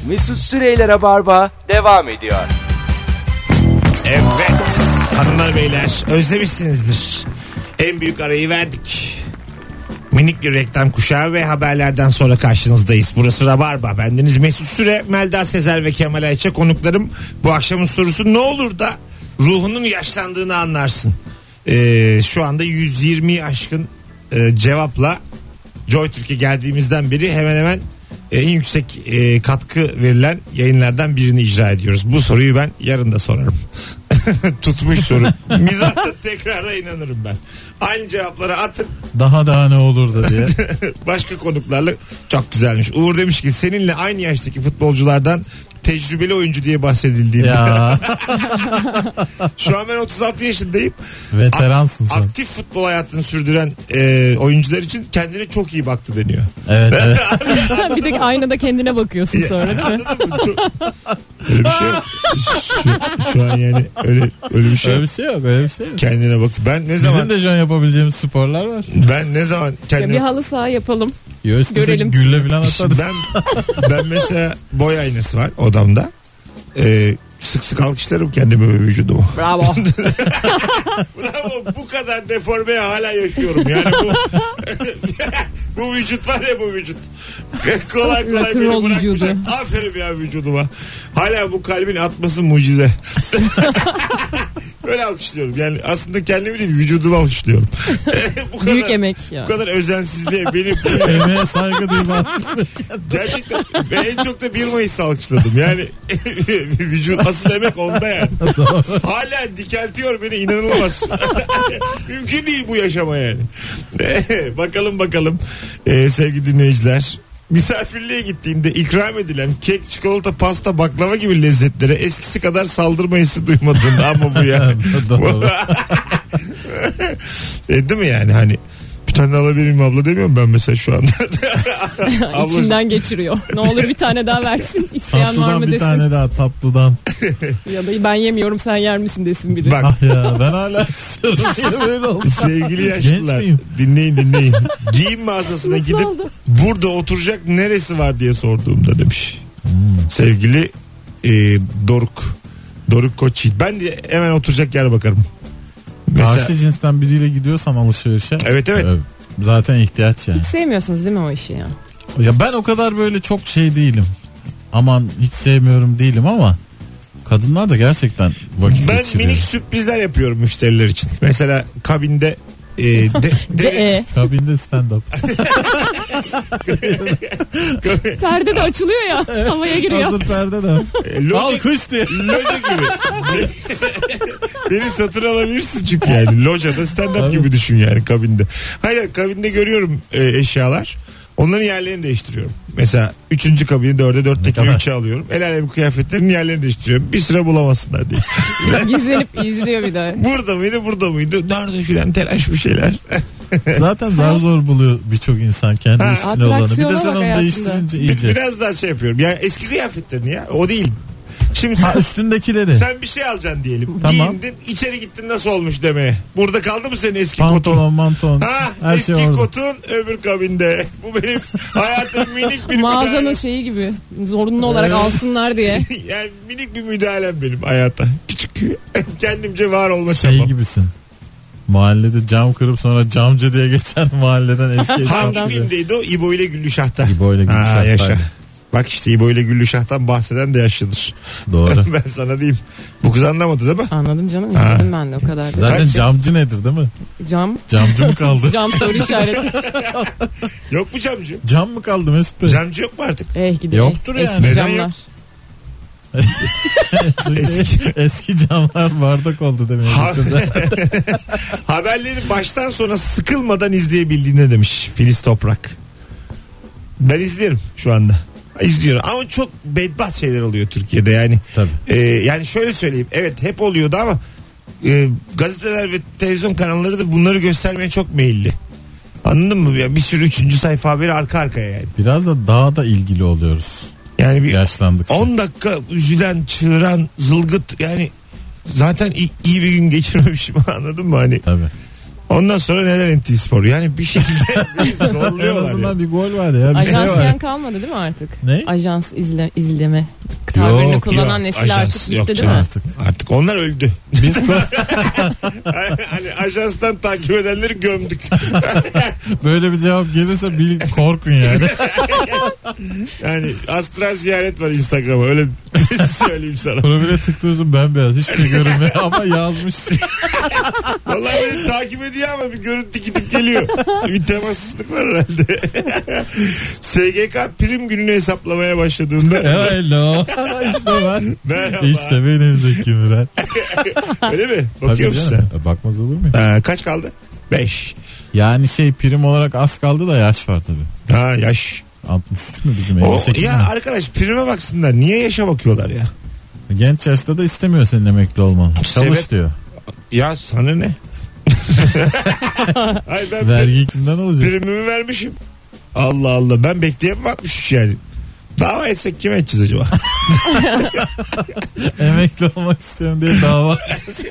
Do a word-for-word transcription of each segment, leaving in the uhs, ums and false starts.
Mesut Süreyler'e barba devam ediyor. Evet hanımlar beyler özlemişsinizdir. En büyük arayı verdik. Minik bir reklam kuşağı ve haberlerden sonra karşınızdayız. Burası Rabarba. Bendeniz Mesut Süre, Melda Sezer ve Kemal Ayça konuklarım. Bu akşamın sorusu ne olur da ruhunun yaşlandığını anlarsın. Ee, şu anda yüz yirmi aşkın e, cevapla Joy Türkiye geldiğimizden beri hemen hemen e, en yüksek e, katkı verilen yayınlardan birini icra ediyoruz. Bu soruyu ben yarın da sorarım. Tutmuş soru. Mizahla tekrara inanırım ben. Aynı cevapları atın. Daha daha ne olur da diye. Başka konuklarla çok güzelmiş. Uğur demiş ki seninle aynı yaştaki futbolculardan tecrübeli oyuncu diye bahsedildiğinde. Ya. Şu an ben otuz altı yaşındayım. Veteransın A- sen. Aktif futbol hayatını sürdüren e, oyuncular için kendine çok iyi baktı deniyor. Evet, evet. Bir de aynada kendine bakıyorsun sonra değil mi? Anladın mı? Çok... Öyle bir şey yok. Şu, şu an yani öyle öyle bir şey Öyle yok. bir şey yok, öyle bir şey yok. Kendine bak. Ben ne zaman Bizim de şu an yapabileceğimiz sporlar var. ben ne zaman Ya kendime bir halı saha yapalım. Yo, istesek Görelim. gülle falan atarız. ben ben mesela boy aynası var odamda. Ee, sık sık alkışlarım kendimi ve vücudumu. Bravo. Bravo, bu kadar deformeye hala yaşıyorum. Yani bu bu vücut var ya bu vücut. Kolay kolay beni Rock'n'roll bırakmışlar. vücudu. Aferin ya vücuduma. Hala bu kalbin atması mucize. Öyle alkışlıyorum. Yani aslında kendimi değil vücudumu alkışlıyorum. bu kadar, Büyük emek ya. Bu kadar özensizliğe beni Emeğe saygı duyma. gerçekten ben en çok da bir Mayıs'ta alkışladım. Yani vücut asıl emek onda yani. Hala dikeltiyor beni inanılmaz. Mümkün değil bu yaşama yani. bakalım bakalım ee, sevgili dinleyiciler. Misafirliğe gittiğimde ikram edilen kek, çikolata, pasta, baklava gibi lezzetlere eskisi kadar saldırma hissi duymadığında ama bu yani. Doğru. e, değil mi yani hani bir tane alabilir miyim abla demiyorum ben mesela şu anda. İçinden geçiriyor. Ne olur bir tane daha versin. İsteyen var Tatlıdan mı bir desin. tane daha tatlıdan. Ya da ben yemiyorum sen yer misin desin biri. Bak Ah ya ben hala istiyorum. Niye böyle oldu? sevgili Genç yaşlılar miyim? dinleyin dinleyin. Giyim mağazasına Nasıl gidip oldu? burada oturacak neresi var diye sorduğumda demiş. Hmm. Sevgili e, Doruk. Doruk Koçyiğit. Ben de hemen oturacak yer bakarım. Mesela, Karşı cinsten biriyle gidiyorsan alışverişe. evet evet. Zaten ihtiyaç yani. Hiç sevmiyorsunuz değil mi o işi ya? Ya ben o kadar böyle çok şey değilim. Aman hiç sevmiyorum değilim ama kadınlar da gerçekten vakit Ben geçiriyor. minik sürprizler yapıyorum müşteriler için. Mesela kabinde e, de, C de, E. Kabinde stand up. Perde de açılıyor ya. Havaya giriyor. Hazır perde de. e, loca, Alkış diye. loca gibi. Beni satın alabilirsin çünkü yani. Locada stand up Tabii. gibi düşün yani kabinde. Hayır kabinde görüyorum e, eşyalar. Onların yerlerini değiştiriyorum. Mesela üçüncü kabini dörde dörtteki kadar? üçe alıyorum. El alem kıyafetlerin yerlerini değiştiriyorum. Bir süre bulamasınlar diye. Gizlenip izliyor bir de. Burada mıydı burada mıydı? Nerede filan telaş bir şeyler. Zaten zar zor buluyor birçok insan kendi Ha. üstüne olanı. Bir Atraksiyona de bak sen onu hayatında. değiştirince Bir- iyice. Biraz daha şey yapıyorum. Yani eski kıyafetlerini ya. O değil. Şimdi sen, Ha, üstündekileri. sen bir şey alacaksın diyelim. Tamam. Giyindin içeri gittin nasıl olmuş demeye. Burada kaldı mı senin eski kotun? Pantolon, manton. Ha, Her eski şey orada. kotun öbür kabinde. Bu benim hayatım minik bir Mağazanın müdahale. şeyi gibi. Zorunlu olarak alsınlar diye. Yani minik bir müdahalem benim hayata. Küçük kendimce var olma Şey çabam. gibisin. Mahallede cam kırıp sonra camcı diye geçen mahalleden eski Hangi esnaf. filmdeydi o? İbo ile Güllü Şah'ta. İbo ile Güllü Ha, Şah'taydı. yaşa. Bak işte İbo ile Güllü Şah'tan bahseden de yaşlıdır. Doğru. Ben sana diyeyim. Bu kız anlamadı değil mi? Anladım canım. Ha. İzledim ben de o kadar. Zaten Kaç- camcı nedir değil mi? Cam. Camcı mı kaldı? Cam soru işareti. Yok mu camcı? Cam mı kaldı Mesut Bey? Camcı yok mu artık? Eh gidiyor. Yoktur yani. Eski Neden camlar. yok? eski, eski camlar bardak oldu demeye Ha- getirdi. Haberleri baştan sona sıkılmadan izleyebildiğine demiş Filiz Toprak. Ben izlerim şu anda. İzliyorum ama çok bedbaht şeyler oluyor Türkiye'de yani. Tabii. Ee, yani şöyle söyleyeyim. Evet hep oluyordu ama e, gazeteler ve televizyon kanalları da bunları göstermeye çok meyilli. Anladın mı? Yani bir sürü üçüncü sayfa haberi arka arkaya yani. Biraz da daha da ilgili oluyoruz. Yani bir Yaşlandıkça. on dakika üzülen, çığıran, zılgıt yani zaten iyi, iyi bir gün geçirmemişim anladın mı hani? Tabii. O Ondan sonra neden N T Spor? Yani bir şekilde En zorluyorlar. azından ya. bir gol var ya. Bir şey Ajans var. diyen kalmadı değil mi artık? Ne? Ajans izle, izleme tabirini Yok, kullanan yok, nesil ajans artık yok bitti değil canım. mi? Artık. Artık onlar öldü. Biz Hani ajanstan takip edenleri gömdük. böyle bir cevap gelirse bir korkun yani. Yani astral ziyaret var Instagram'a, öyle söyleyeyim sana. Profile tıklıyorsun bembeyaz hiçbir şey görünmüyor ama yazmışsın. Vallahi beni takip ediyor ama bir görüntü gidip geliyor. Bir temassızlık var herhalde. S G K prim gününü hesaplamaya başladığında Hello. İşte ben. merhaba. İşte benim Zeki Müren. Öyle mi? Tabii Bakıyor musun sen? canım. E, Bakmaz olur mu? Ha, kaç kaldı? beş. Yani şey prim olarak az kaldı da yaş var tabii. Ha, yaş. altmış üç mü bizim O, elli sekiz ya mi? arkadaş prime baksınlar. Niye yaşa bakıyorlar ya? Genç yaşta da istemiyor senin emekli olmanı. Çalış Sebep- diyor. Ya sana ne? Ay ben Vergiyi kimden alacak? primimi vermişim. Allah Allah, ben bekleyemem altmış üç yani. Dava etsek kime edeceğiz acaba? Emekli olmak istiyorum diye dava.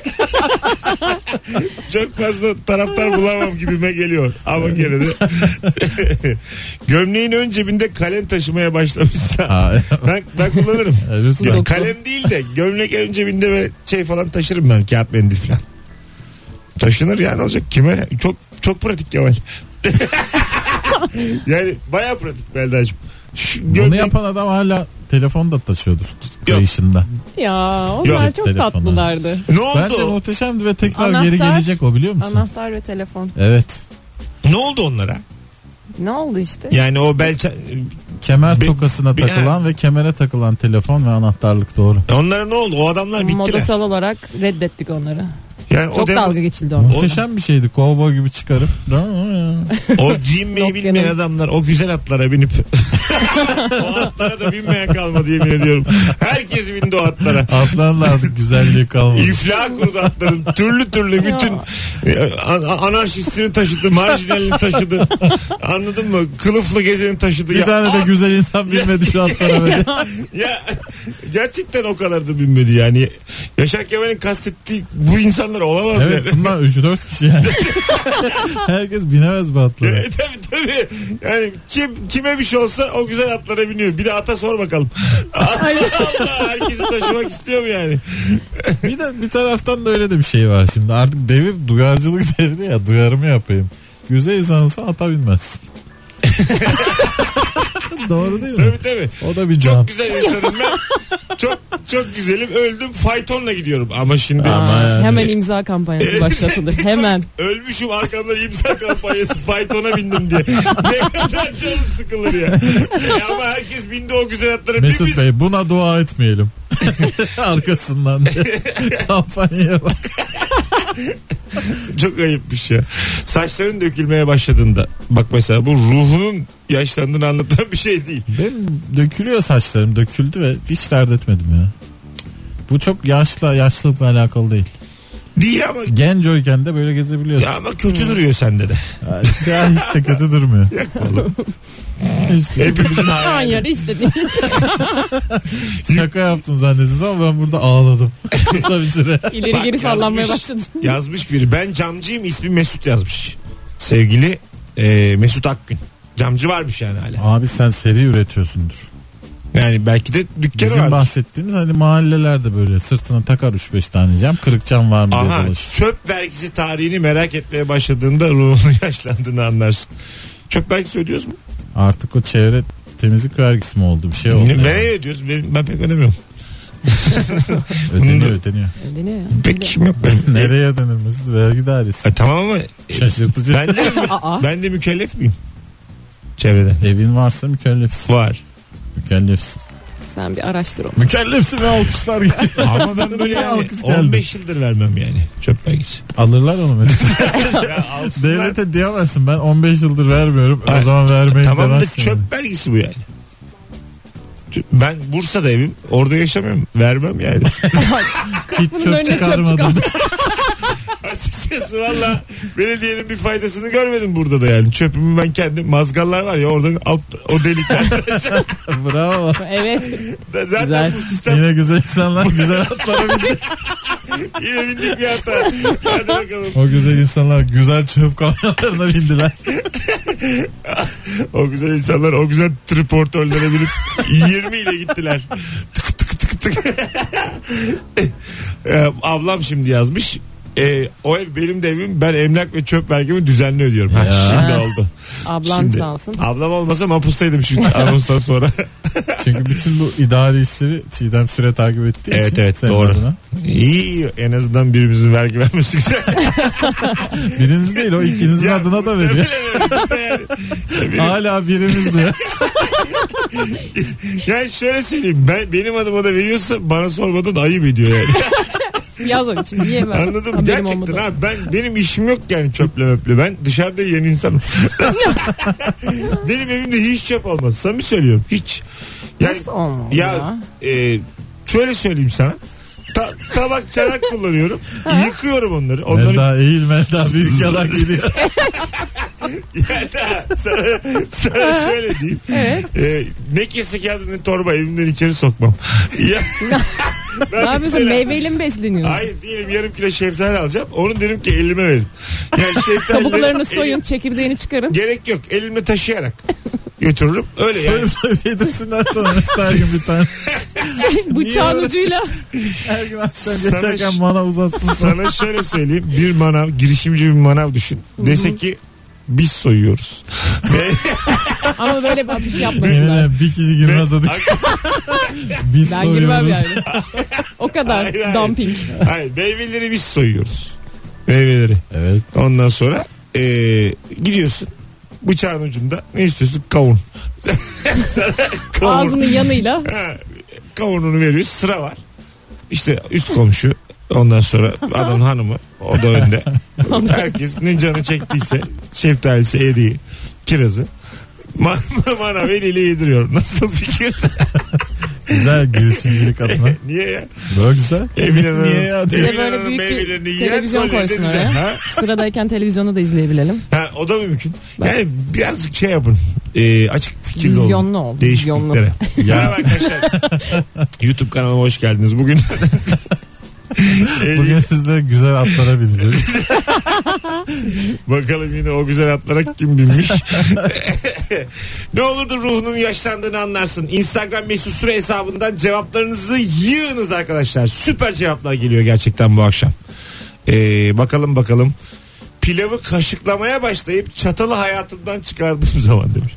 Çok fazla taraftar bulamam gibime geliyor. Ama gene de. Gömleğin ön cebinde kalem taşımaya başlamışsa. Ha, ben, ben kullanırım. evet, Ya, bak. kalem değil de gömlek ön cebinde ve şey falan taşırım ben. Kağıt mendil falan. Taşınır yani, olacak kime? Çok çok pratik Kemal. Yani bayağı pratik Beldacığım. Şu Bunu gömlek- yapan adam hala telefon da taşıyordur Yok. kayışında. Ya onlar Yok. çok Telefonu. tatlılardı. Ne oldu? Bence muhteşemdi ve tekrar Anahtar. geri gelecek o, biliyor musun? Anahtar ve telefon. Evet. Ne oldu onlara? Ne oldu işte? Yani o belça... Kemer Be- tokasına be- takılan ve kemere takılan telefon ve anahtarlık, doğru. Onlara ne oldu? O adamlar bittiler. Modasal olarak reddettik onları. Yani o, Çok dem- dalga geçildi o. Muhteşem bir şeydi. Kovboy gibi çıkarıp. o giyinmeyi Yok bilmeyen canım. adamlar o güzel atlara binip o atlara da binmeyen kalmadı, yemin ediyorum. Herkes bindi o atlara. Atlarla artık güzelliği kalmadı. İflah kurdu atların. Türlü türlü bütün e, an- anarşistini taşıdı. Marjinalini taşıdı. Anladın mı? Kılıflı gezeni taşıdı. Bir Ya, tane de at- güzel insan bilmedi şu atlara böyle. ya gerçekten o kadar da binmedi yani. Yaşar Kemal'in kastettiği bu insanlar olamaz Evet, yani. bunlar üç dört kişi yani. Herkes binemez bu atlara. Evet, tabii tabii. Yani kim kime bir şey olsa o güzel atlara biniyor. Bir de ata sor bakalım. Allah Allah, herkesi taşımak istiyor mu yani? Bir de bir taraftan da öyle de bir şey var şimdi. Artık devir duyarcılık devri ya, duyarımı yapayım. Güzel insan olsa ata binmezsin. Doğru değil mi? Tabii tabii. O da bir can. Çok güzel insanım ben. Çok çok güzelim, öldüm faytonla gidiyorum. Ama şimdi Ama Aa, yani- Hemen imza kampanyası başlatılır. Hemen. ölmüşüm, arkamda imza kampanyası, faytona bindim diye. Ne kadar canım sıkılır ya. E ama herkes bindi o güzel atlara. Mesut Bir biz- Bey, buna dua etmeyelim. Arkasından da kampanyaya bak. Çok ayıpmış ya. Saçların dökülmeye başladığında, bak mesela bu ruhunun yaşlandığını anlatan bir şey değil. Benim dökülüyor saçlarım, döküldü ve hiç dert etmedim ya. Bu çok yaşla yaşlılıkla alakalı değil. Değil ama Gencoyken de böyle gezebiliyorsun. ya ama kötü duruyor sende de. Ya işte, ya hiç de kötü durmuyor. Yakmalım. İşte Hepimizin hayali. Hayır işte değil. şaka yaptın zannettiniz ama ben burada ağladım. Kısa bir süre. İleri Bak, geri sallanmaya yazmış. başladı. Yazmış biri. Ben camcıyım, ismi Mesut yazmış. Sevgili e, Mesut Akgün. Camcı varmış yani hala. Abi sen seri üretiyorsundur. Yani belki de dükkanı Bizim var. bahsettiğimiz hani mahallelerde böyle sırtına takar üç beş tane cam, kırık cam var mı diye Aha, dolaşır. çöp vergisi tarihini merak etmeye başladığında ruhunun yaşlandığını anlarsın. Çöp vergisi ödüyoruz mu? Artık o çevre temizlik vergisi mi oldu, bir şey oldu. Ne, yani. nereye ödüyoruz? Ben, ben pek ödemiyorum. Ödeniyor ödeniyor. Öyle ya. Pek işim yok benim. Nereye ödenir Mesut? Vergi dairesi. E, tamam ama Şaşırtıcı. ben de, Aa. ben de mükellef miyim? Çevreden. Evin varsa mükellefsin. Var. Mükellefsin. Sen bir araştır onu. Mükellefsin ve alkışlar geliyor. Ama ben böyle yani Alkış geldi. on beş yıldır vermem yani çöp vergisi. Alırlar onu Mesut. Ya alsınlar. Devlete diyemezsin, ben on beş yıldır vermiyorum. Ay, o zaman vermeyin Tamam da demezsin. çöp yani. vergisi bu yani. Çö- Ben Bursa'da evim. Orada yaşamıyorum. Vermem yani. Hiç Bunun çöp önüne çöp çıkarmadın. Açıkçası valla belediyenin bir faydasını görmedim burada da yani. Çöpümü ben kendim, mazgallar var ya oradan alt o delikler. Bravo. Evet. Zaten Güzel. bu sistem Yine güzel insanlar güzel atlara bindi. Yine bindik bir hata. Hadi bakalım. O güzel insanlar güzel çöp kamyonlarına bindiler. O güzel insanlar o güzel triportörlere binip yirmi ile gittiler. Tık tık tık tık. Ee, ablam şimdi yazmış. Ee, o ev benim de evim, ben emlak ve çöp vergimi düzenli ödüyorum. Ha, şimdi oldu. Ablam Şimdi, sağ olsun. ablam olmasa mahpustaydım şu anonstan sonra. Çünkü bütün bu idari işleri Çiğdem Süre takip ettiği Evet için. evet senin doğru. adına. İyi, en azından birimizin vergi vermesi güzel. Biriniz değil, o ikinizin Ya, adına da veriyor. Yani, Hala birimiz diyor. yani şöyle söyleyeyim, ben benim adıma da veriyorsa bana sormadan ayıp ediyor yani. Yaz onun için. Niye ben? Anladım Haberim gerçekten olmadı. abi, ben benim işim yok yani çöple möple, ben dışarıda yiyen insanım. Benim evimde hiç çöp olmaz, samimi söylüyorum, hiç. Yani, Nasıl olmaz ya, ya? E, şöyle söyleyeyim sana, Ta- tabak çanak kullanıyorum, yıkıyorum onları. Onları Melda eğil, Melda büyük yalan geliyor. yani sana, sana şöyle diyeyim. Evet. E, ne kese kağıdını torba evimden içeri sokmam. Ya, Ne yapıyorsun? mesela- Meyveyle mi besleniyorsun? Hayır, diyelim yarım kilo şeftali alacağım. Onu derim ki elime verin. Yani şeftali Kabuklarını soyun, çekirdeğini çıkarın. Gerek yok. Elimle taşıyarak götürürüm. Öyle yani. Soyup soyup yedirsinler sonra her gün bir tane. Bıçağın Niye ucuyla. Her gün açtan Sana geçerken ş- bana uzatsın. Sana şöyle söyleyeyim. Bir manav, girişimci bir manav düşün. Dese ki biz soyuyoruz. Ve Ama böyle bir atış Yemin yapmasınlar. ederim bir kişi girmez o dükkan. Biz Ben girmem soyuyoruz. yani. O kadar Hayır, hayır. dumping. hayır, meyveleri biz soyuyoruz. Meyveleri. Evet. Ondan sonra eee, gidiyorsun. Bıçağın ucunda ne istiyorsun? Kavun. Kavun. Ağzının yanıyla. Ha, kavununu veriyor. Sıra var. İşte üst komşu. Ondan sonra adam hanımı. O da önde. Herkes ne canı çektiyse şeftalisi, eriği, kirazı. Ma- Manav eliyle yediriyor. Nasıl fikir? Güzel girişimcilik adına. Niye ya? Böyle güzel. Emine Hanım. Niye ya? Bir de Emine böyle Hanım büyük meyvelerini bir yiyen televizyon böyle koysun güzel. oraya. Ha? Sıradayken televizyonu da izleyebilelim. Ha, o da mümkün. Bak. Yani birazcık şey yapın. Ee, açık fikirli olun. Vizyonlu ol. Değişikliklere. Merhaba arkadaşlar. YouTube kanalıma hoş geldiniz. Bugün Bugün sizde güzel atlara bineceğiz. bakalım yine o güzel atlara kim binmiş. Ne olurdu ruhunun yaşlandığını anlarsın. Instagram mesut süre hesabından cevaplarınızı yığınız arkadaşlar. Süper cevaplar geliyor gerçekten bu akşam. Ee, bakalım bakalım. Pilavı kaşıklamaya başlayıp çatalı hayatımdan çıkardığım zaman demiş.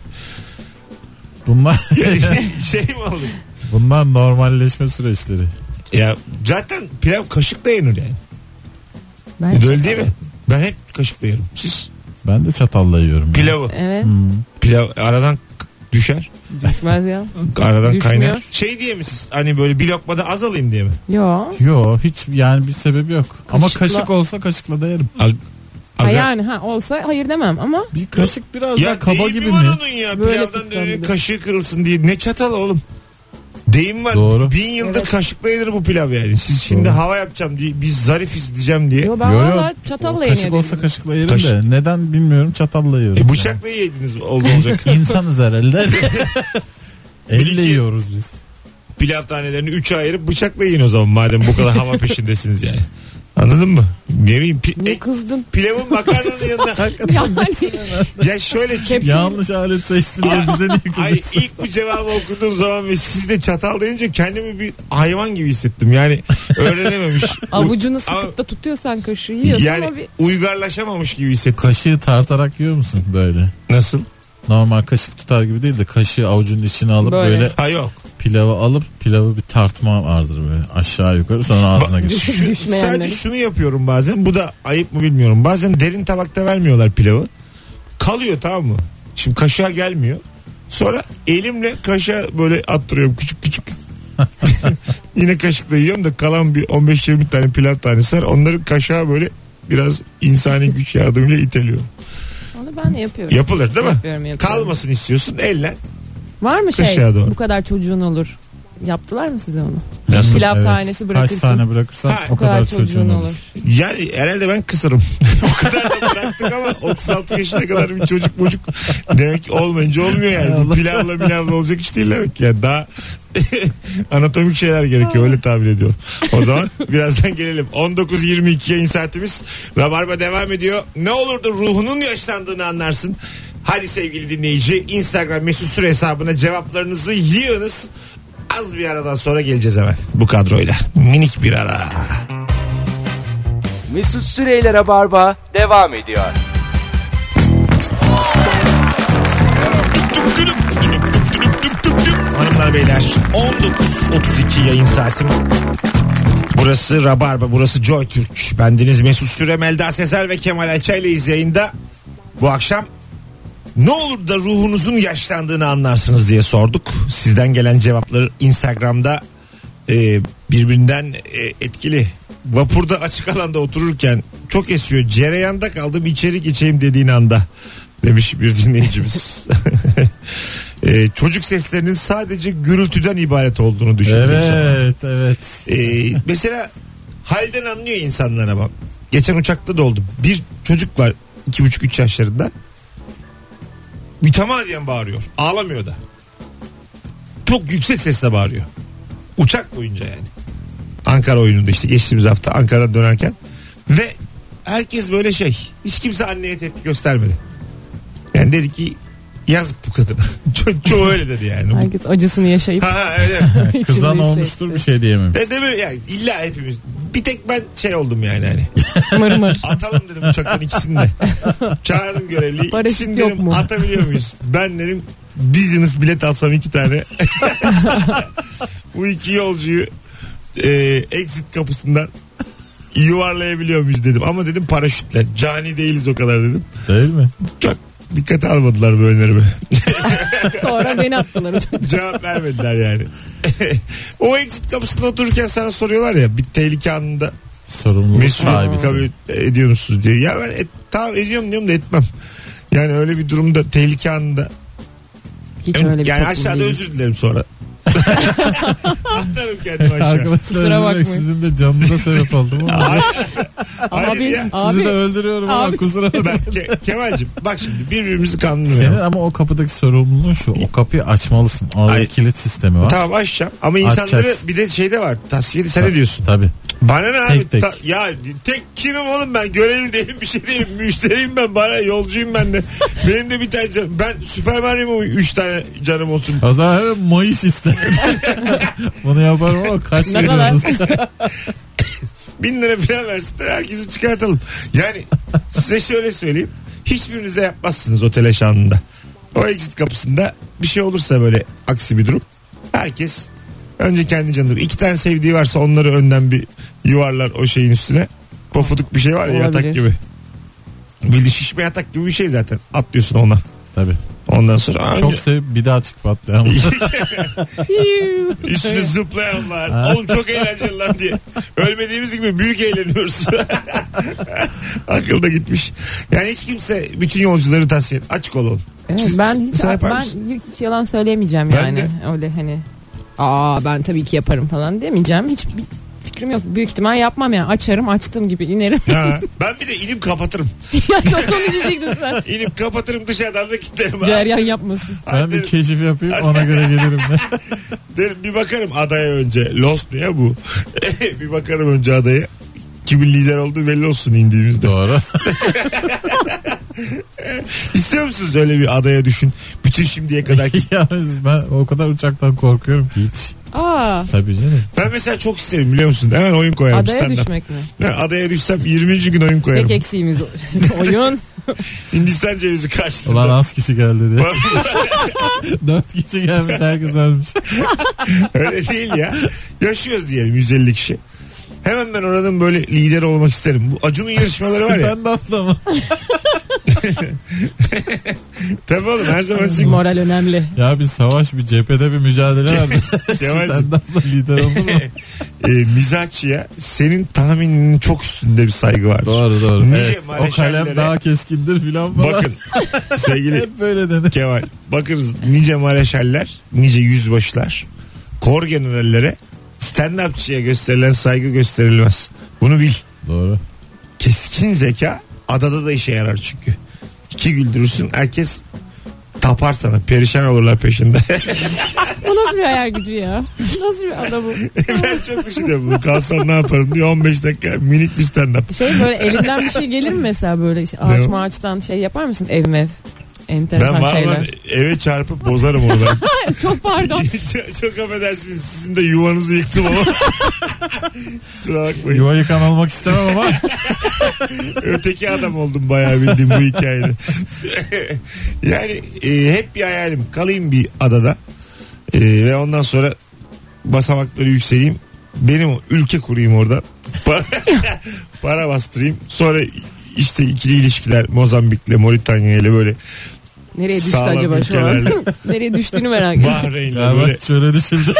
Bunlar Şey mi oldu? bunlar normalleşme süreçleri. Ya zaten pilav kaşıkla yenir yani. Ben Öyle değil mi? Ben hep kaşıkla yerim. Siz Ben de çatalla yiyorum. ya. pilavı. Evet. Pilav aradan k- düşer. Düşmez ya. Aradan Düşmüyor. kaynar. Şey diye mi siz? Hani böyle bir lokmada az alayım diye mi? Yo. Yo, hiç yani bir sebebi yok. Ama Kaşıkla- kaşık olsa kaşıkla da yerim. Ag- Ha aga- yani ha olsa hayır demem ama Bir kaşık biraz Ya daha kaba deyim gibi mi mi? var onun ya? Böyle Pilavdan tutan dönenin bir de. kaşığı kırılsın diye. Ne çatal oğlum? Deyim var. Doğru. Bin yıldır Evet. kaşıkla yenir bu pilav yani. Siz şimdi Doğru. hava yapacağım diye, biz zarifiz diyeceğim diye. yo ben Yo, yo. valla çatalla Kaşık yeniyor olsa dedim. kaşıkla yerim Kaşık. de neden bilmiyorum, çatalla yiyorum. E, bıçakla yediniz oldu olacak. Yani. İnsanız herhalde. Elle iki- yiyoruz biz. Pilav tanelerini üçe ayırıp bıçakla yiyin o zaman madem bu kadar hava peşindesiniz yani. Anladın mı? Ne bileyim. Pi- Ne e, kızdın? pilavın makarnanın yanına. Yani Ya şöyle çünkü. Yanlış alet seçtin diye bize niye Ay kızıyorsun? ilk bu cevabı okuduğum zaman ve siz de çatal deyince kendimi bir hayvan gibi hissettim. Yani öğrenememiş. avucunu Ama- sıkıp da tutuyorsan kaşığı yiyorsun yani ama bir uygarlaşamamış gibi hissettim. Kaşığı tartarak yiyor musun böyle? Nasıl? Normal kaşık tutar gibi değil de kaşığı avucunun içine alıp Böyle. böyle, Ha yok. pilavı alıp pilavı bir tartma vardır böyle aşağı yukarı sonra ağzına Ba- götür. şu- Düşmeyenleri. sadece şunu yapıyorum bazen. Bu da ayıp mı bilmiyorum. Bazen derin tabakta vermiyorlar pilavı. Kalıyor, tamam mı? Şimdi kaşığa gelmiyor. Sonra elimle kaşığa böyle attırıyorum küçük küçük. Yine kaşıkla yiyorum da kalan bir on beş yirmi tane pilav tanesi var. Onları kaşığa böyle biraz insani güç yardımıyla iteliyorum. onu ben de yapıyorum. Yapılır değil mi? Yapıyorum, yapıyorum. Kalmasın istiyorsun elle. Var mı şey Kaşığa doğru. bu kadar çocuğun olur. Yaptılar mı size onu? Nasıl? Pilav tanesi bırakırsın. Kaç tane bırakırsan Ha, o kadar çocuğun olur. Yani herhalde ben kısırım. O kadar da bıraktık ama otuz altı yaşına kadar bir çocuk çocuk demek ki olmayınca olmuyor yani. Bu pilavla milavla olacak iş değil demek ki. Yani daha Anatomik şeyler gerekiyor öyle tahmin ediyorum. O zaman birazdan gelelim. on dokuz yirmi iki yayın saatimiz. Rabarba devam ediyor. Ne olur da ruhunun yaşlandığını anlarsın. Hadi sevgili dinleyici, Instagram mesut süre hesabına cevaplarınızı yığınız. Az bir aradan sonra geleceğiz hemen bu kadroyla. Minik bir ara. Mesut Süreyle Rabarba devam ediyor. Hanımlar beyler, on dokuz otuz iki yayın saatim. Burası Rabarba, burası Joy Türk. Bendeniz Mesut Süre, Melda Sezer ve Kemal Ayça ile yayında. Bu akşam ne olur da ruhunuzun yaşlandığını anlarsınız diye sorduk. Sizden gelen cevapları Instagram'da e, birbirinden e, etkili. Vapurda açık alanda otururken çok esiyor, cereyanda kaldım, içeri geçeyim dediğin anda demiş bir dinleyicimiz. Ee, çocuk seslerinin sadece gürültüden ibaret olduğunu düşünüyorum. Evet, sana. evet. Ee, mesela halden anlıyor insanlar ama. Geçen uçakta da oldu. Bir çocuk var iki buçuk üç yaşlarında. Mütemadiyen bağırıyor. Ağlamıyor da. Çok yüksek sesle bağırıyor. Uçak boyunca yani. Ankara oyununda işte geçtiğimiz hafta Ankara'dan dönerken. Ve herkes böyle şey. Hiç kimse anneye tepki göstermedi. Yani dedi ki yazık bu kadına. Ço- çoğu öyle dedi yani. Herkes acısını yaşayıp. Ha öyle. Kızan olmuştur bir şey diyemem. E değil mi? Yani illa hepimiz. Bir tek ben şey oldum yani hani. Mır mır. Atalım dedim uçaktan ikisini de. Çağırdım görevliyi. Paraşüt İkisini yok dedim mu? atabiliyor muyuz? Ben dedim business bilet alsam iki tane. Bu iki yolcuyu e, exit kapısından yuvarlayabiliyor muyuz dedim. Ama dedim paraşütle. Cani değiliz o kadar dedim. Değil mi? Çok dikkate almadılar bu önerimi. Sonra beni attılar. Cevap vermediler yani. O exit kapısında otururken sana soruyorlar ya bir tehlike anında Sorumluluk Mesut sahibisin. kabul ediyor musunuz diye. Ya ben et, tamam ediyorum diyorum da etmem. Yani öyle bir durumda tehlike anında Hiç ön, öyle bir yani toplum aşağıda değil. özür dilerim sonra. Atlarım kendimi aşağı. Arkadaşlar Kusura üzülmek bakmayın. sizin de canınıza sebep oldum ama Hayır, Abi, hayır ya. abi. sizi de öldürüyorum ama Abi. kusura bakmayın. Ben Ke- Kemal'cim bak şimdi birbirimizi Senin kandırmayalım. ama o kapıdaki sorumluluğun şu. O kapıyı açmalısın. Orada Ay. kilit sistemi var. Tamam açacağım ama insanları Açacaksın. bir de şeyde var tasfiyeli sen ne diyorsun? Tabii. Bana ne abi? Tek tek. Ta- ya tek kimim oğlum ben? Görevli değilim bir şey değilim. Müşteriyim ben. Bana yolcuyum ben de. Benim de bir tane canım. Ben Süper Mario'm üç tane canım olsun. O zaman hemen mayış iste. Bunu yaparım ama kaç Ne kadar? veriyorsunuz? Bin lira falan versinler. Herkesi çıkartalım. Yani size şöyle söyleyeyim. Hiçbirinize yapmazsınız o telaş anında. O exit kapısında bir şey olursa böyle aksi bir durum. Herkes önce kendi canını. İki tane sevdiği varsa onları önden bir yuvarlar o şeyin üstüne. Pofuduk bir şey var ya Olabilir. yatak gibi. Bildi şişme yatak gibi bir şey zaten. Atlıyorsun ona. Tabii. Ondan sonra Çok önce sev bir daha çıkıp atlayan. üstüne zıplayan var. Oğlum çok eğlenceli lan diye. Ölmediğimiz gibi büyük eğleniyoruz. Akılda gitmiş. Yani hiç kimse bütün yolcuları tavsiye et. Açık olun. Evet, Siz- ben hiç, sen yapar ben mısın? hiç yalan söyleyemeyeceğim Ben yani. de. Öyle hani aa ben tabii ki yaparım falan demeyeceğim. Hiç bir fikrim yok. Büyük ihtimal yapmam yani. Açarım açtığım gibi inerim. Ha, ben bir de inip kapatırım. ya çok onu diyecektin sen. İnip kapatırım dışarıdan da kilitlerim. Ceryan yapmasın. Ben bir derim, keşif yapayım ona göre gelirim de. derim, bir bakarım adaya önce. Lost mu ya bu? Bir bakarım önce adaya. Kimin lider olduğu belli olsun indiğimizde. Doğru. İstiyor musunuz öyle bir adaya düşün? Bütün şimdiye kadar ya ben o kadar uçaktan korkuyorum ki hiç. Aa, Tabii canım. ben mesela çok isterim biliyor musun? Hemen oyun koyarım. adaya stand-up. düşmek mi? Ben adaya düşsem yirminci gün oyun koyarım. Tek eksiğimiz oyun. Hindistan cevizi karşısında. Ulan az kişi geldi diye. Dört kişi gelmiş herkes ölmüş. Öyle değil ya. Yaşıyoruz diyelim yüz elli kişi. Hemen ben oranın böyle lideri olmak isterim. Bu Acun'un yarışmaları var ya. Ben de atlamam. Tabii oğlum her zaman için. Moral önemli. Ya bir savaş bir cephede bir mücadele vardı. Kemal'cim. Sen de atla lider olur mu? e, mizahçıya senin tahmininin çok üstünde bir saygı vardır. Doğru doğru. Nice Evet, o mareşallere- kalem daha keskindir filan falan. Bakın sevgili Hep böyle denir. Kemal bakırız nice mareşaller, nice yüzbaşlar, kor generallere stand-upçıya gösterilen saygı gösterilmez. Bunu bil. Doğru. Keskin zeka adada da işe yarar çünkü. İki güldürürsün herkes Tapar sana. Perişan olurlar peşinde. O nasıl bir hayal gücü ya? Nasıl bir adam bu? Ben çok düşünüyorum bunu. Kalsam ne yaparım diye on beş dakika minik bir stand-up. Şey böyle elinden bir şey gelir mi mesela böyle işte ağaç Ne o? mağaçtan şey yapar mısın ev mev? Enteresan Ben vallahi şeyler. eve çarpıp bozarım onu ben. Çok pardon. çok, çok affedersiniz, sizin de yuvanızı yıktım ama. Kusura bakmayın. Yuva yıkan olmak istemem ama. Öteki adam oldum bayağı bildiğim bu hikayede. Yani e, hep bir hayalim. Kalayım bir adada. E, ve ondan sonra basamakları yükseleyim. Benim ülke kurayım orada. Para, para bastırayım. Sonra işte ikili ilişkiler Mozambik'le Moritanya ile böyle Nereye düştü sağlam acaba şu an? ülkelerle. Nereye düştüğünü merak ediyorum. Bahreyn'le Galiba böyle şöyle düşündüm.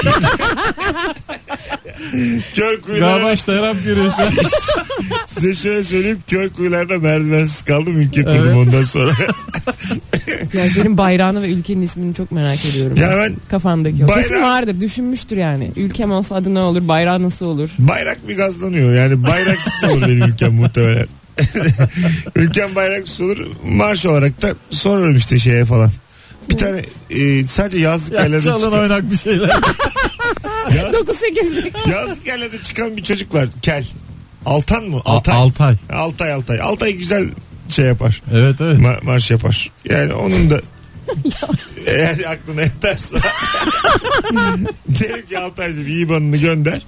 kör kuyulara. Galiba Serap görüyor şu an. Size şöyle söyleyeyim, kör kuyularda merdivensiz kaldım, ülke kurdum Evet. ondan sonra. Ya senin bayrağını ve ülkenin ismini çok merak ediyorum. Ya ben Kafandaki o. Bayrak- Kesin vardır, düşünmüştür yani. Ülkem olsa adı ne olur, bayrağı nasıl olur? bayrak bir gazlanıyor. Yani bayraksız olur benim ülkem muhtemelen. Ülkem bayraksız olur. Marş olarak da sorarım işte şeye falan. Bir tane e, sadece yazlık Ya yerlerde çalın çıkan, oynak bir şeyler. yaz, dokuz sekizlik. yazlık yerlerde çıkan bir çocuk var. Kel. Altan mı? Altay. Altay. Altay. Altay Altay. Altay güzel şey yapar. Evet evet. Ma- marş yapar. Yani onun da eğer aklına yatarsa derim ki Altaycığım iyi banını gönder.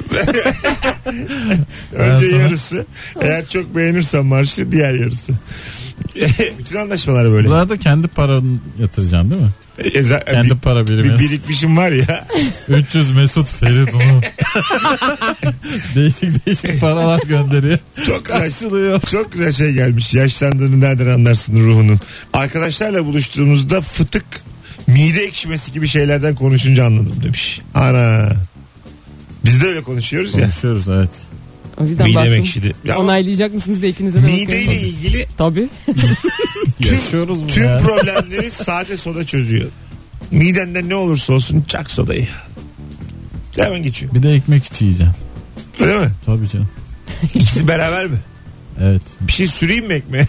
Önce sana- yarısı. Eğer çok beğenirsen marşı, diğer yarısı. Bütün anlaşmalar böyle. Bunlarda kendi paranı yatıracaksın değil mi? E, za- Kendi bir, para bir birimi. birikmişim var ya. üç yüz Mesut Feridun'u. değişik değişik paralar gönderiyor. Çok güzel, Karşılıyor. çok güzel şey gelmiş. Yaşlandığını nereden anlarsın ruhunun. Arkadaşlarla buluştuğumuzda fıtık, mide ekşimesi gibi şeylerden konuşunca anladım demiş. Ana. Biz de öyle konuşuyoruz ya. Konuşuyoruz evet. O yüzden Midem baktım. ekşidi. Ya ama Onaylayacak mısınız diye ikinize de mideyle bakıyorum. ilgili Tabii. Yaşıyoruz mu tüm ya? problemleri sade soda çözüyor. Midende ne olursa olsun çak sodayı. Hemen geçiyor. Bir de ekmek içi yiyeceksin. Öyle mi? Tabii canım. İkisi beraber mi? Evet. Bir şey süreyim mi ekmeğe?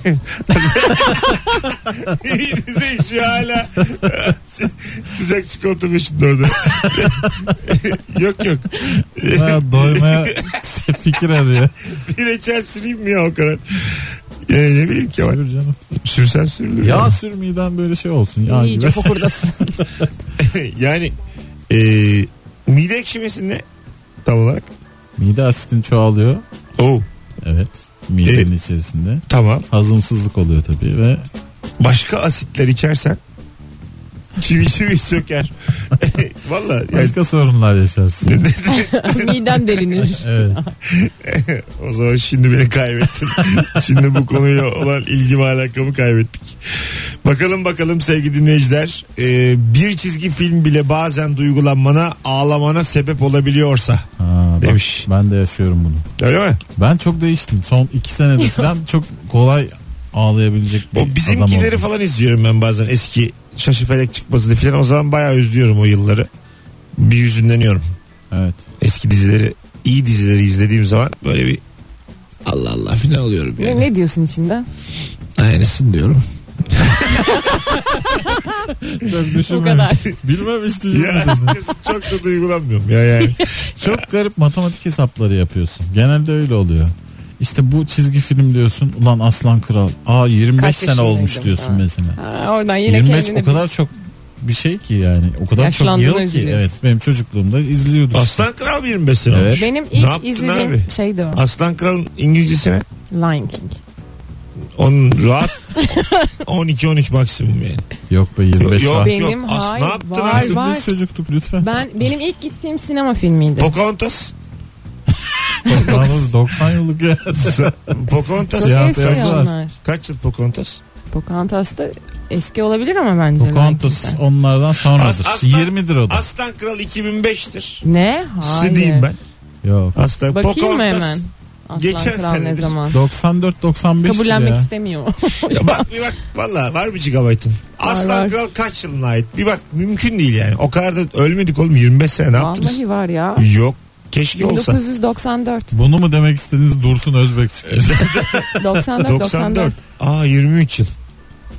Bize şu hala sıcak çikolata meşhur orada. Yok yok. Ha, doymaya fikir arıyor. Bir reçel süreyim mi ya o kadar? Yani ne bileyim ki ama Sür canım. sürsen sürülür. Yağ yani. sür miden böyle şey olsun. Yağ İyice gibi. fokurdasın. Yani e, mide ekşimesi ne tam olarak? Mide asitin çoğalıyor. Oo, Evet. Midenin içerisinde. tamam. Hazımsızlık oluyor tabii ve Başka asitler içersen çivi çivi söker. Valla yani, başka sorunlar yaşarsın. Miden delinir. Evet. o zaman şimdi beni kaybettin. Şimdi bu konuyla olan ilgimi alakamı kaybettik. Bakalım bakalım sevgili dinleyiciler. Ee, bir çizgi film bile bazen duygulanmana, ağlamana sebep olabiliyorsa. Ha, bak, Demiş. ben de yaşıyorum bunu. Öyle mi? Ben çok değiştim. Son iki senede falan çok kolay ağlayabilecek bir O adam bizimkileri oldum. falan izliyorum ben bazen, eski Şaşı Felek Çıkmazı'nı falan. O zaman bayağı özlüyorum o yılları. Bir hüzünleniyorum. Evet. Eski dizileri, iyi dizileri izlediğim zaman böyle bir Allah Allah falan oluyorum Ne, yani. ne diyorsun içinden? Aynısın diyorum. Çok O düşünmemiş. kadar. Bilmemiş Ya düşünmedim. açıkçası çok da duygulanmıyorum ya yani. Çok garip matematik hesapları yapıyorsun. Genelde öyle oluyor. İşte bu çizgi film diyorsun. Ulan Aslan Kral. Aa yirmi beş Kaç sene olmuş yaşındaydın? diyorsun Ha. mesela. Ha, oradan yine yirmi beş kendine o kadar çok bir şey ki yani. O kadar çok Yaşlandığına yıl ki. üzülüyorsun. Evet benim çocukluğumda izliyorduk. Aslan Kral yirmi beş sene Evet. olmuş. Benim Ne ilk yaptın izlediğim abi? şeydi o. Aslan Kral'ın İngilizcesi ne? Lion King. Onun rahat on iki on üç maksimum yani. Yok be yirmi beş Yok, var. Benim As- hayır ne yaptın var abi? var. Biz çocuktuk lütfen. Ben benim ilk gittiğim sinema filmiydi. Pocahontas. Yalnız doksan yıllık ya. Pocahontas. Çok Ya, eski beyaz var. onlar. Kaç yıl Pocahontas? Pocahontas da eski olabilir ama bence. Pocahontas Lion King'den. onlardan sonradır. As- aslan- yirmidir o da. Aslan Kral iki bin beştir. Ne? Size Hayır. diyeyim ben. Yok. Aslan Bakayım mı Pocahontas. hemen? Aslan Geçen Kral ne senedir. zaman? doksan dört doksan beş Kabullenmek ya. istemiyor. Ya bak bir bak valla var bir gigabaytın. Aslan var. Kral kaç yılına ait? Bir bak mümkün değil yani. O kadar da ölmedik oğlum, yirmi beş sene ne yaptınız? Vallahi var ya. Yok. Keşke bin olsa. dokuz yüz doksan dört. Bunu mu demek istediğiniz Dursun Özbek çıkıyor. doksan dört doksan doksan dört. dört. Aa yirmi üç yıl.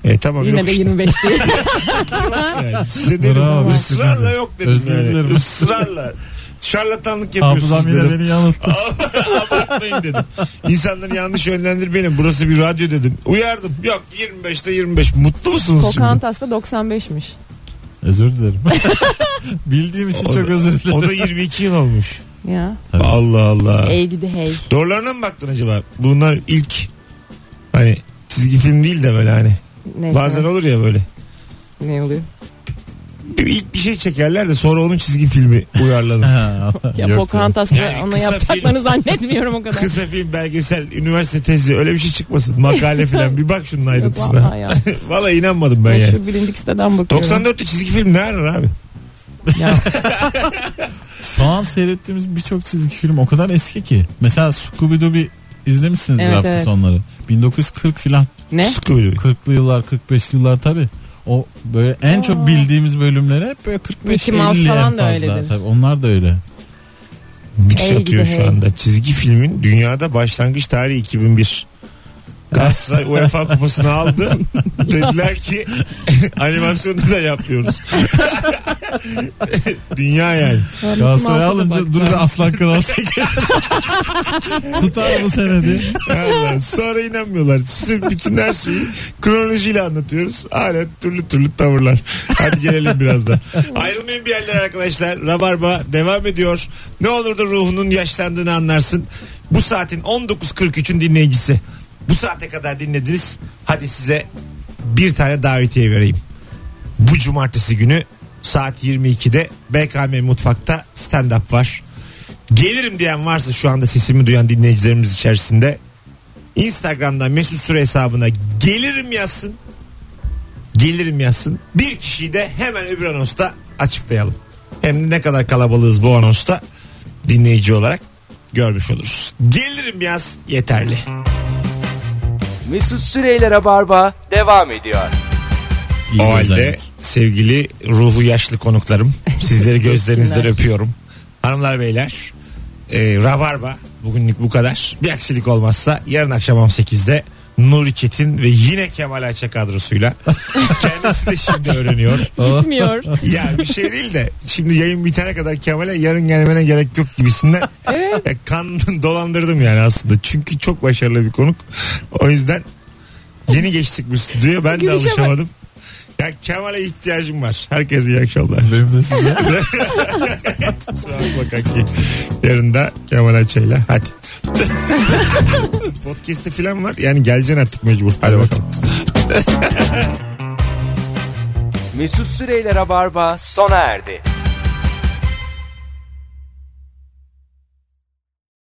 E tamam Yine yok de işte. yirmi beş değil. Yani size dedim Bravo. ısrarla yok dedim Özür yani. dilerim. Israrla. Şarlatanlık yapıyorsunuz Hafızam yine dedim. beni yanılttı. Abartmayın dedim. İnsanları yanlış yönlendirmeyin. Burası bir radyo dedim. Uyardım. Yok yirmi beşte yirmi beş. Mutlu musunuz şimdi? Pocahontas'ta doksan beşmiş. Özür dilerim. Bildiğim için O çok da- özür dilerim. O da yirmi iki yıl olmuş. Ya. Tabii. Allah Allah. Ey gidi hey. Doğrularına mı baktın acaba? Bunlar ilk hani çizgi film değil de böyle hani. Neyse. Bazen olur ya böyle. Ne oluyor? Bir, ilk bir şey çekerler de sonra onun çizgi filmi uyarlanır. Ha, Ya yok Pocahontas'ta Yani onu kısa yapacaklarını zannetmiyorum o kadar. Kısa film, belgesel, üniversite tezi öyle bir şey çıkmasın. Makale falan bir bak şunun Yok ayrıntısına. vallahi ya. Vallahi inanmadım ben Ben yani. şu bilindik siteden bakıyorum. doksan dörtte çizgi film ne arar abi? Ya. Şu an seyrettiğimiz birçok çizgi film o kadar eski ki. Mesela Scooby-Doo izlemişsinizdir Evet, hafta evet. sonları. bin dokuz yüz kırk filan. Ne? Scooby-Doo. kırklı yıllar, kırk beşli yıllar tabii. O böyle en Aa. çok bildiğimiz bölümleri hep böyle kırk beş Mickey Mouse elli en falan da fazla. öyledir. Tabii onlar da öyle. Müthiş Ey atıyor gidi şu hey. anda. Çizgi filmin dünyada başlangıç tarihi iki bin bir. Galatasaray UEFA kupasını aldı. Dediler ki animasyonu da yapıyoruz. Dünya yani. Galatasaray alınca dur bir Aslan Kral çekelim. Tutar bu senedi. Allah, sonra inanmıyorlar. Size bütün her şeyi kronolojiyle anlatıyoruz. Hala türlü türlü tavırlar. Hadi gelelim birazdan. Ayrılmayın bir yerlere arkadaşlar. Rabarba devam ediyor. Ne olur da ruhunun yaşlandığını anlarsın. Bu saatin on dokuz kırk üçün dinleyicisi. Bu saate kadar dinlediniz. Hadi size bir tane davetiye vereyim. Bu cumartesi günü saat yirmi ikide B K M Mutfak'ta stand-up var. Gelirim diyen varsa şu anda sesimi duyan dinleyicilerimiz içerisinde Instagram'dan Mesut Süre hesabına gelirim yazsın. Gelirim yazsın. Bir kişiyi de hemen öbür anonsta açıklayalım. Hem de ne kadar kalabalığız bu anonsta dinleyici olarak görmüş oluruz. Gelirim yaz yeterli. Mesut Süreyler'e barba devam ediyor. İyi O halde özellik. sevgili ruhu yaşlı konuklarım, sizleri gözlerinizden öpüyorum. Hanımlar beyler, e, Rabarba bugünlük bu kadar. Bir aksilik olmazsa yarın akşam on sekizde Nuri Çetin ve yine Kemal Ayça kadrosuyla, kendisi de şimdi öğreniyor. Gitmiyor. Ya bir şey değil de şimdi yayın bitene kadar Kemal'e yarın gelmene gerek yok gibisinden ya, kan dolandırdım yani aslında. Çünkü çok başarılı bir konuk. O yüzden yeni geçtik bu stüdyoya, ben de Gülüşe bak. alışamadım. Ya Kemal'e ihtiyacım var. Herkese iyi akşamlar. Benim de size. Sağ ol kanki. Yarın da Kemal Ayça'yla. Hadi. Podcast'te falan var. Yani geleceksin artık mecbur. Hadi bakalım. Mesut Süreyler'e barba sona erdi.